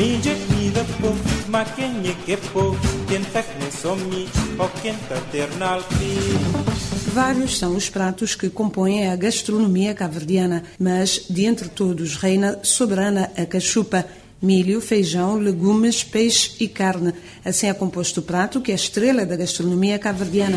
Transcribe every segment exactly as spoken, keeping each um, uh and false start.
Vários são os pratos que compõem a gastronomia cabo-verdiana, mas de entre todos reina soberana a cachupa. Milho, feijão, legumes, peixe e carne. Assim é composto o prato que é a estrela da gastronomia cabo-verdiana.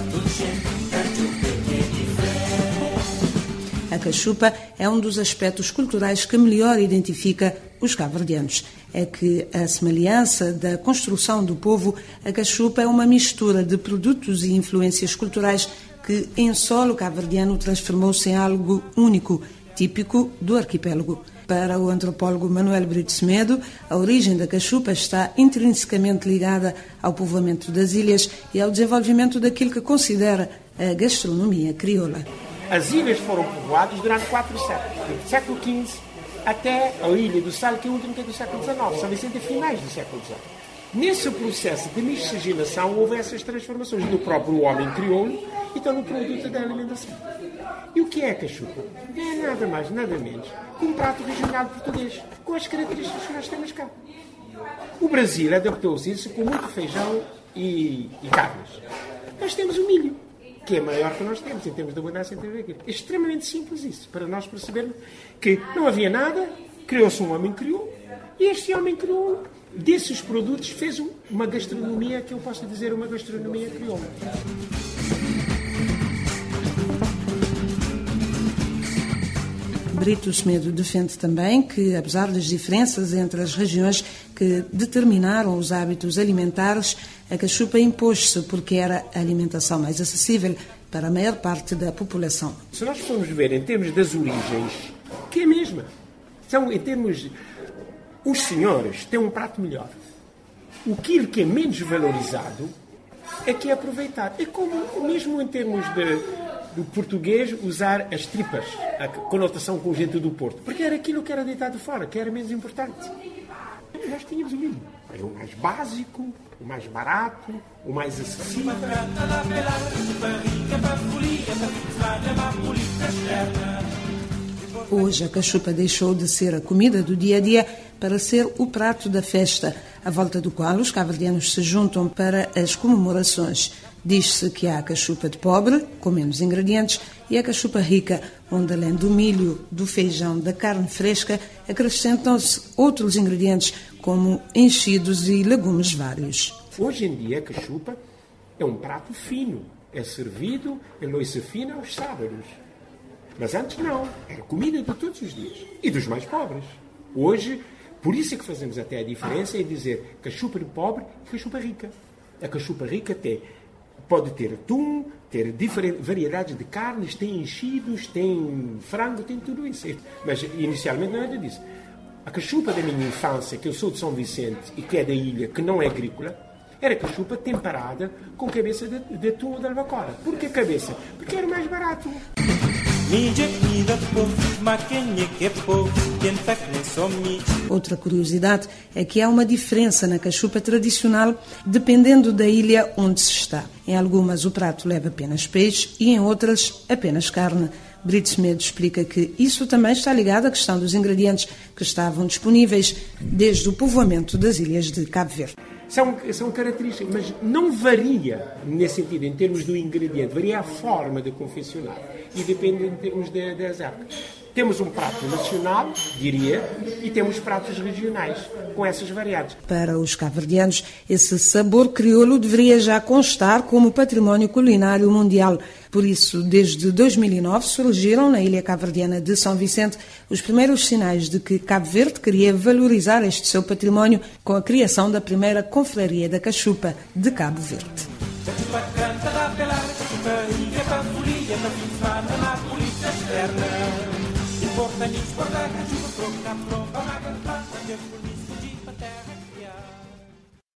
A cachupa é um dos aspectos culturais que melhor identifica os cabo-verdianos. É que, a semelhança da construção do povo, a cachupa é uma mistura de produtos e influências culturais que, em solo cabo-verdiano, transformou-se em algo único, típico do arquipélago. Para o antropólogo Manuel Brito Semedo, a origem da cachupa está intrinsecamente ligada ao povoamento das ilhas e ao desenvolvimento daquilo que considera a gastronomia crioula. As ilhas foram povoadas durante quatro séculos, do século quinze até a Ilha do Sal, que é a última do século dezenove, São Vicente é finais do século dezenove. Nesse processo de miscigenação houve essas transformações no próprio homem crioulo e então no produto da alimentação. E o que é a cachupa? É nada mais, nada menos que um prato regional português, com as características que nós temos cá. O Brasil adaptou-se isso com muito feijão e, e carnes. Nós temos o milho, que é maior que nós temos, em termos de abundância. É extremamente simples isso, para nós percebermos que não havia nada, criou-se um homem crioulo, e este homem crioulo, desses produtos, fez uma gastronomia que eu posso dizer uma gastronomia crioula. Brito Semedo defende também que, apesar das diferenças entre as regiões que determinaram os hábitos alimentares, a cachupa impôs-se porque era a alimentação mais acessível para a maior parte da população. Se nós formos ver em termos das origens, que é a mesma. São, em termos... Os senhores têm um prato melhor. O que é menos valorizado é que é aproveitado. É como, mesmo em termos de... do português usar as tripas, a conotação com gente do Porto, porque era aquilo que era deitado fora, que era menos importante. Nós tínhamos o mínimo. Era o mais básico, o mais barato, o mais acessível. Hoje a cachupa deixou de ser a comida do dia-a-dia para ser o prato da festa, à volta do qual os cabo-verdianos se juntam para as comemorações. Diz-se que há a cachupa de pobre, com menos ingredientes, e a cachupa rica, onde além do milho, do feijão, da carne fresca, acrescentam-se outros ingredientes, como enchidos e legumes vários. Hoje em dia a cachupa é um prato fino, é servido em louça fina aos sábados. Mas antes não, era comida de todos os dias, e dos mais pobres. Hoje, por isso é que fazemos até a diferença em dizer cachupa de pobre e cachupa rica. A cachupa rica tem... Pode ter atum, ter diferentes variedades de carnes, tem enchidos, tem frango, tem tudo isso. Mas inicialmente não é nada disso. A cachupa da minha infância, que eu sou de São Vicente e que é da ilha, que não é agrícola, era cachupa temperada com cabeça de, de atum ou de albacora. Por que cabeça? Porque era mais barato. Outra curiosidade é que há uma diferença na cachupa tradicional dependendo da ilha onde se está. Em algumas o prato leva apenas peixe e em outras apenas carne. Brito Semedo explica que isso também está ligado à questão dos ingredientes que estavam disponíveis desde o povoamento das ilhas de Cabo Verde. São, são características, mas não varia nesse sentido, em termos do ingrediente, varia a forma de confeccionar e depende em termos de, das épocas. Temos um prato nacional, diria, e temos pratos regionais, com essas variedades. Para os cabo-verdianos, esse sabor crioulo deveria já constar como património culinário mundial. Por isso, desde dois mil e nove, surgiram na ilha cabo-verdiana de São Vicente os primeiros sinais de que Cabo Verde queria valorizar este seu património com a criação da primeira confraria da cachupa de Cabo Verde. Importante guardar a chuva, trocar, trocar, trocar, trocar, trocar, trocar, trocar, trocar, trocar, trocar, trocar, trocar,